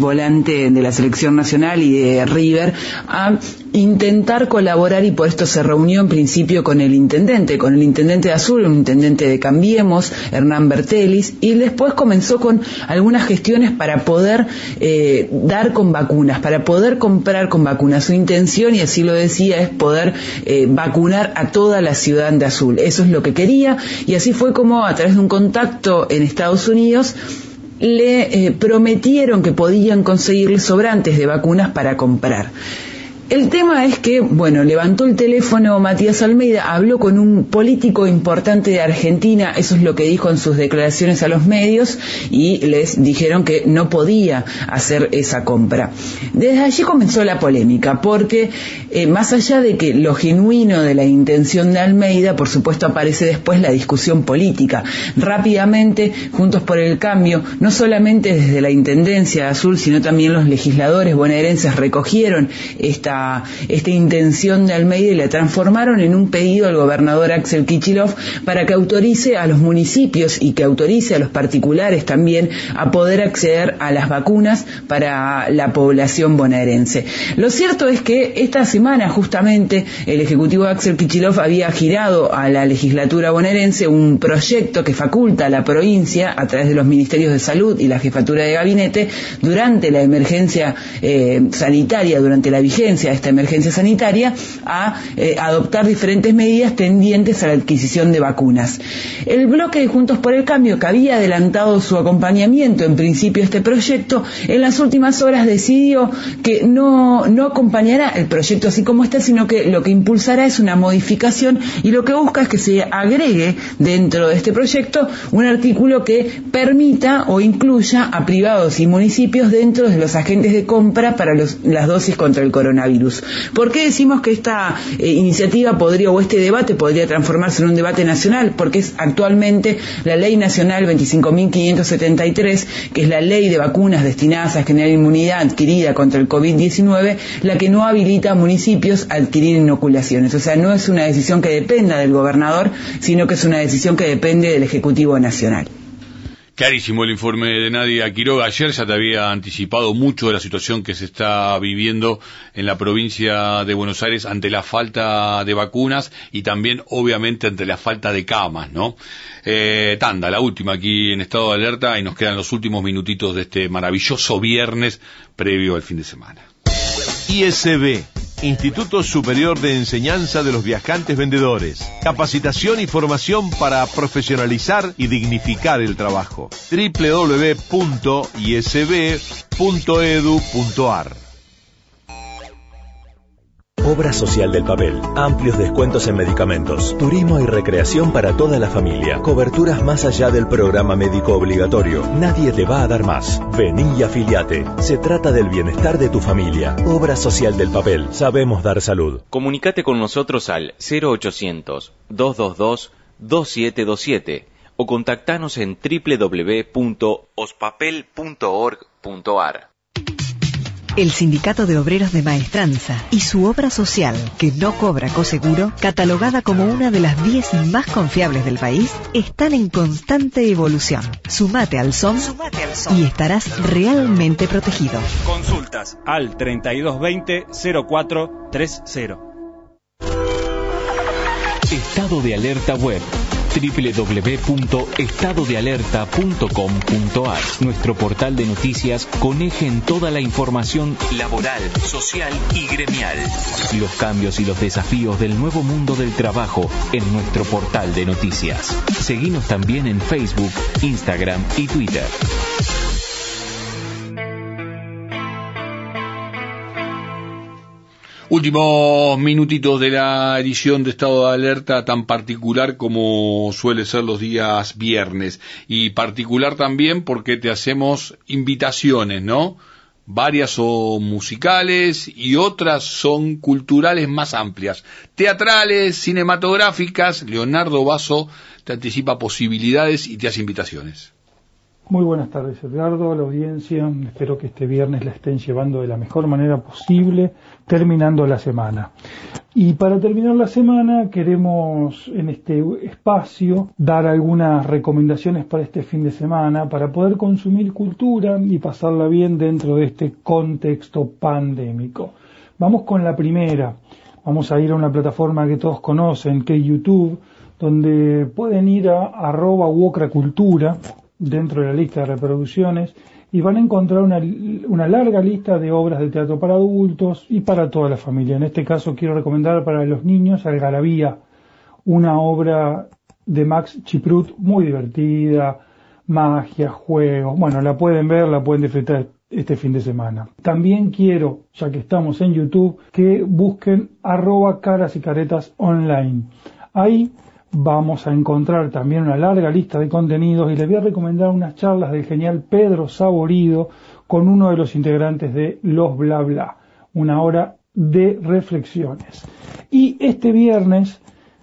presidente de la selección nacional y de River, a intentar colaborar, y por esto se reunió en principio con el intendente, con el intendente de Azul, un intendente de Cambiemos, Hernán Bertelis, y después comenzó con algunas gestiones para poder eh, dar con vacunas, para poder comprar con vacunas. Su intención, y así lo decía, es poder eh, vacunar a toda la ciudad de Azul. Eso es lo que quería, y así fue como a través de un contacto en Estados Unidos le eh, prometieron que podían conseguirle sobrantes de vacunas para comprar. El tema es que, bueno, levantó el teléfono Matías Almeida, habló con un político importante de Argentina, eso es lo que dijo en sus declaraciones a los medios, y les dijeron que no podía hacer esa compra. Desde allí comenzó la polémica, porque eh, más allá de que lo genuino de la intención de Almeida, por supuesto aparece después la discusión política. Rápidamente, Juntos por el Cambio, no solamente desde la Intendencia de Azul, sino también los legisladores bonaerenses recogieron esta esta intención de Almeida y la transformaron en un pedido al gobernador Axel Kicillof para que autorice a los municipios y que autorice a los particulares también a poder acceder a las vacunas para la población bonaerense. Lo cierto es que esta semana justamente el ejecutivo de Axel Kicillof había girado a la legislatura bonaerense un proyecto que faculta a la provincia a través de los ministerios de salud y la jefatura de gabinete durante la emergencia eh, sanitaria, durante la vigencia a esta emergencia sanitaria, a eh, adoptar diferentes medidas tendientes a la adquisición de vacunas. El bloque de Juntos por el Cambio, que había adelantado su acompañamiento en principio a este proyecto, en las últimas horas decidió que no, no acompañará el proyecto así como está, sino que lo que impulsará es una modificación, y lo que busca es que se agregue dentro de este proyecto un artículo que permita o incluya a privados y municipios dentro de los agentes de compra para los, las dosis contra el coronavirus. ¿Por qué decimos que esta eh, iniciativa podría, o este debate podría transformarse en un debate nacional? Porque es actualmente la Ley Nacional veinticinco mil quinientos setenta y tres, que es la ley de vacunas destinadas a generar inmunidad adquirida contra el COVID diecinueve, la que no habilita a municipios a adquirir inoculaciones. O sea, no es una decisión que dependa del gobernador, sino que es una decisión que depende del Ejecutivo Nacional. Clarísimo el informe de Nadia Quiroga. Ayer ya te había anticipado mucho de la situación que se está viviendo en la provincia de Buenos Aires ante la falta de vacunas y también, obviamente, ante la falta de camas, ¿no? Eh, tanda, la última aquí en estado de alerta, y nos quedan los últimos minutitos de este maravilloso viernes previo al fin de semana. I S B, Instituto Superior de Enseñanza de los Viajantes Vendedores. Capacitación y formación para profesionalizar y dignificar el trabajo. doble u doble u doble u punto i s b punto e d u punto a r. Obra Social del Papel. Amplios descuentos en medicamentos. Turismo y recreación para toda la familia. Coberturas más allá del programa médico obligatorio. Nadie te va a dar más. Vení y afiliate. Se trata del bienestar de tu familia. Obra Social del Papel. Sabemos dar salud. Comunicate con nosotros al cero ochocientos, dos dos dos, dos siete dos siete o contactanos en doble u doble u doble u punto ospapel punto org punto a r. El Sindicato de Obreros de Maestranza y su obra social, que no cobra coseguro, catalogada como una de las diez más confiables del país, están en constante evolución. Sumate al S O M, Sumate al S O M y estarás realmente protegido. Consultas al treinta y dos veinte, cero cuatro treinta. Estado de Alerta Web. doble u doble u doble u punto estado de alerta punto com punto a r. Nuestro portal de noticias con eje en toda la información laboral, social y gremial. Los cambios y los desafíos del nuevo mundo del trabajo en nuestro portal de noticias. Seguinos también en Facebook, Instagram y Twitter. Últimos minutitos de la edición de Estado de Alerta, tan particular como suele ser los días viernes, y particular también porque te hacemos invitaciones, ¿no? Varias son musicales y otras son culturales más amplias, teatrales, cinematográficas. Leonardo Basso te anticipa posibilidades y te hace invitaciones. Muy buenas tardes, Edgardo, a la audiencia. Espero que este viernes la estén llevando de la mejor manera posible, terminando la semana. Y para terminar la semana queremos en este espacio dar algunas recomendaciones para este fin de semana para poder consumir cultura y pasarla bien dentro de este contexto pandémico. Vamos con la primera. Vamos a ir a una plataforma que todos conocen, que es YouTube, donde pueden ir a arroba Wocracultura dentro de la lista de reproducciones y van a encontrar una, una larga lista de obras de teatro para adultos y para toda la familia. En este caso quiero recomendar para los niños Algarabía, una obra de Max Chiprut muy divertida, magia, juegos. Bueno, la pueden ver, la pueden disfrutar este fin de semana. También quiero, ya que estamos en YouTube, que busquen arroba caras y caretas online. Ahí vamos a encontrar también una larga lista de contenidos y les voy a recomendar unas charlas del genial Pedro Saborido con uno de los integrantes de Los Bla Bla, una hora de reflexiones. Y este viernes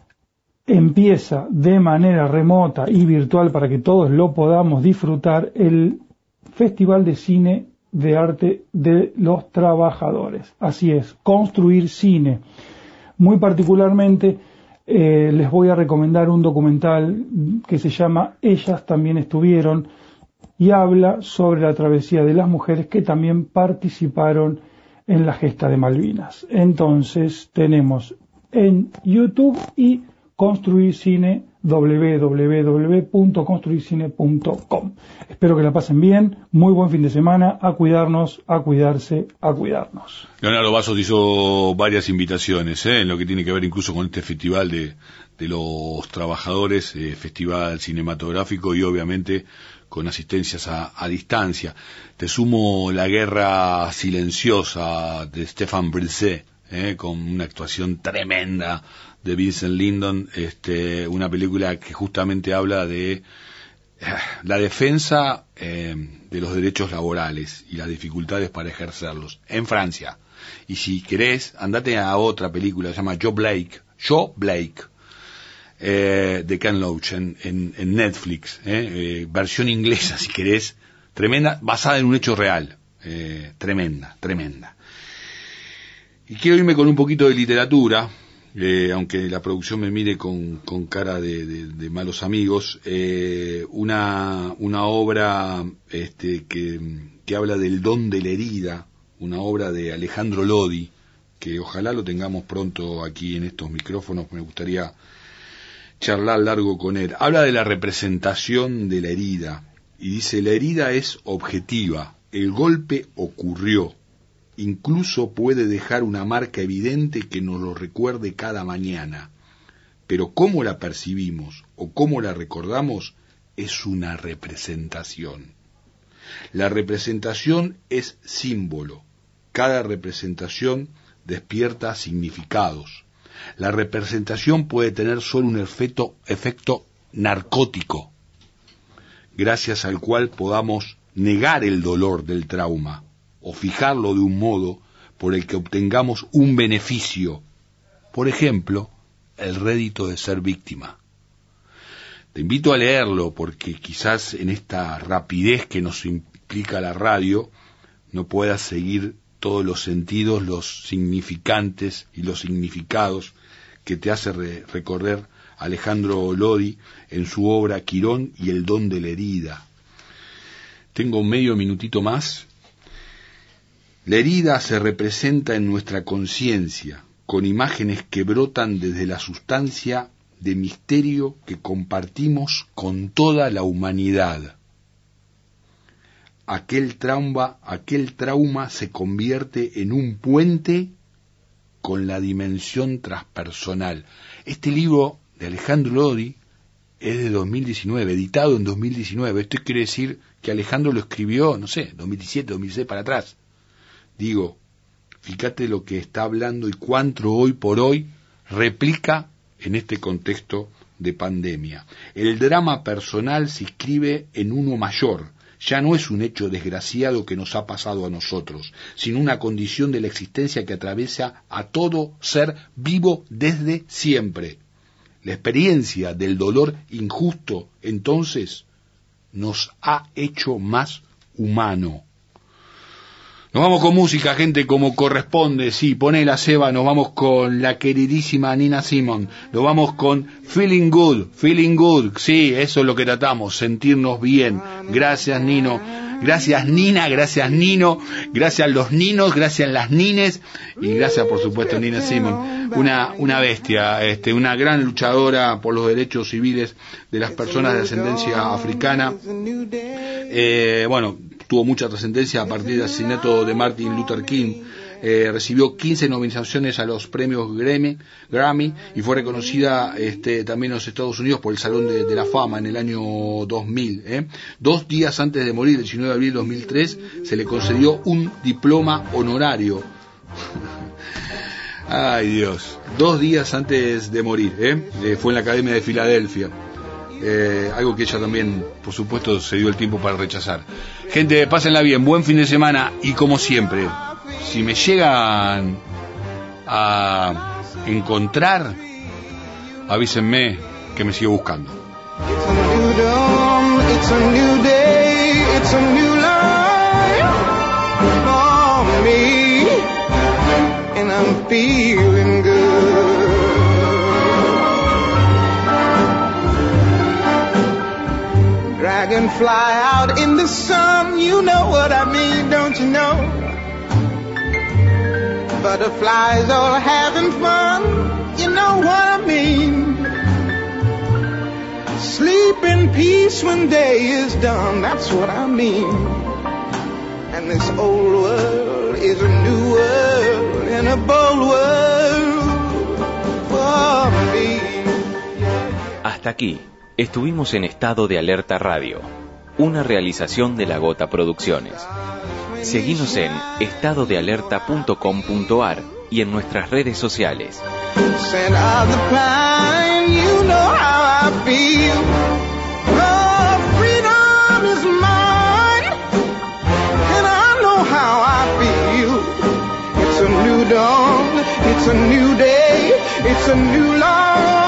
empieza de manera remota y virtual para que todos lo podamos disfrutar el Festival de Cine de Arte de los Trabajadores. Así es, Construir Cine. Muy particularmente Eh, les voy a recomendar un documental que se llama Ellas también estuvieron y habla sobre la travesía de las mujeres que también participaron en la gesta de Malvinas. Entonces tenemos en YouTube y Construir Cine, w w w punto construir cine punto com. Espero que la pasen bien, muy buen fin de semana, a cuidarnos, a cuidarse, a cuidarnos. Leonardo Bazos hizo varias invitaciones, ¿eh? En lo que tiene que ver incluso con este festival de, de los trabajadores, eh, festival cinematográfico y obviamente con asistencias a, a distancia. Te sumo La Guerra Silenciosa de Stéphane Brisset, ¿eh? Con una actuación tremenda de Vincent Lindon, este, una película que justamente habla de eh, la defensa eh, de los derechos laborales y las dificultades para ejercerlos en Francia. Y si querés, andate a otra película, se llama Joe Blake, Joe Blake, eh, de Ken Loach en, en, en Netflix, eh, eh, versión inglesa si querés, tremenda, basada en un hecho real, eh, tremenda, tremenda. Y quiero irme con un poquito de literatura. Eh, aunque la producción me mire con, con cara de, de, de malos amigos, eh, una, una obra este, que, que habla del don de la herida, una obra de Alejandro Lodi, que ojalá lo tengamos pronto aquí en estos micrófonos, me gustaría charlar largo con él. Habla de la representación de la herida, y dice: la herida es objetiva, el golpe ocurrió. Incluso puede dejar una marca evidente que nos lo recuerde cada mañana, pero cómo la percibimos o cómo la recordamos es una representación. La representación es símbolo, cada representación despierta significados. La representación puede tener solo un efecto, efecto narcótico, gracias al cual podamos negar el dolor del trauma o fijarlo de un modo por el que obtengamos un beneficio, por ejemplo, el rédito de ser víctima. Te invito a leerlo porque quizás en esta rapidez que nos implica la radio no puedas seguir todos los sentidos, los significantes y los significados que te hace re- recorrer Alejandro Lodi en su obra Quirón y el don de la herida. Tengo medio minutito más. La herida se representa en nuestra conciencia, con imágenes que brotan desde la sustancia de misterio que compartimos con toda la humanidad. Aquel trauma, aquel trauma se convierte en un puente con la dimensión transpersonal. Este libro de Alejandro Lodi es de dos mil diecinueve, editado en dos mil diecinueve. Esto quiere decir que Alejandro lo escribió, no sé, dos mil diecisiete, dos mil dieciséis para atrás. Digo, fíjate lo que está hablando y cuánto hoy por hoy replica en este contexto de pandemia. El drama personal se inscribe en uno mayor. Ya no es un hecho desgraciado que nos ha pasado a nosotros, sino una condición de la existencia que atraviesa a todo ser vivo desde siempre. La experiencia del dolor injusto, entonces, nos ha hecho más humano. Nos vamos con música, gente, como corresponde. Sí, pone la ceba, nos vamos con la queridísima Nina Simone. Nos vamos con Feeling Good, Feeling Good. Sí, eso es lo que tratamos, sentirnos bien. Gracias, Nino. Gracias, Nina. Gracias, Nino. Gracias a los ninos, gracias a las nines. Y gracias, por supuesto, Nina Simone. Una, una bestia, este, una gran luchadora por los derechos civiles de las personas de ascendencia africana. Eh, bueno, tuvo mucha trascendencia a partir del asesinato de Martin Luther King. Eh, recibió quince nominaciones a los premios Grammy, Grammy y fue reconocida este, también en los Estados Unidos por el Salón de, de la Fama en el año dos mil. ¿eh? Dos días antes de morir, el diecinueve de abril de dos mil tres, se le concedió un diploma honorario. Ay, Dios. Dos días antes de morir, ¿eh? Eh, fue en la Academia de Filadelfia. Eh, algo que ella también, por supuesto, se dio el tiempo para rechazar. Gente, pásenla bien, buen fin de semana y como siempre, si me llegan a encontrar, avísenme que me sigo buscando. It's a new dawn, it's a new day, it's a new life for me, and I'm feeling good. Dragonfly out in the sun, you know what I mean, don't you know? Butterflies all having fun, you know what I mean. Sleep in peace when day is done, that's what I mean. And this old world is a new world and a bold world for me. Hasta aquí estuvimos en Estado de Alerta Radio, una realización de La Gota Producciones. Seguinos en estado de alerta punto com punto a r y en nuestras redes sociales. Scent of the pine, you know how I feel. Oh, freedom is mine, and I know how I feel. It's a new dawn, it's a new day, it's a new life.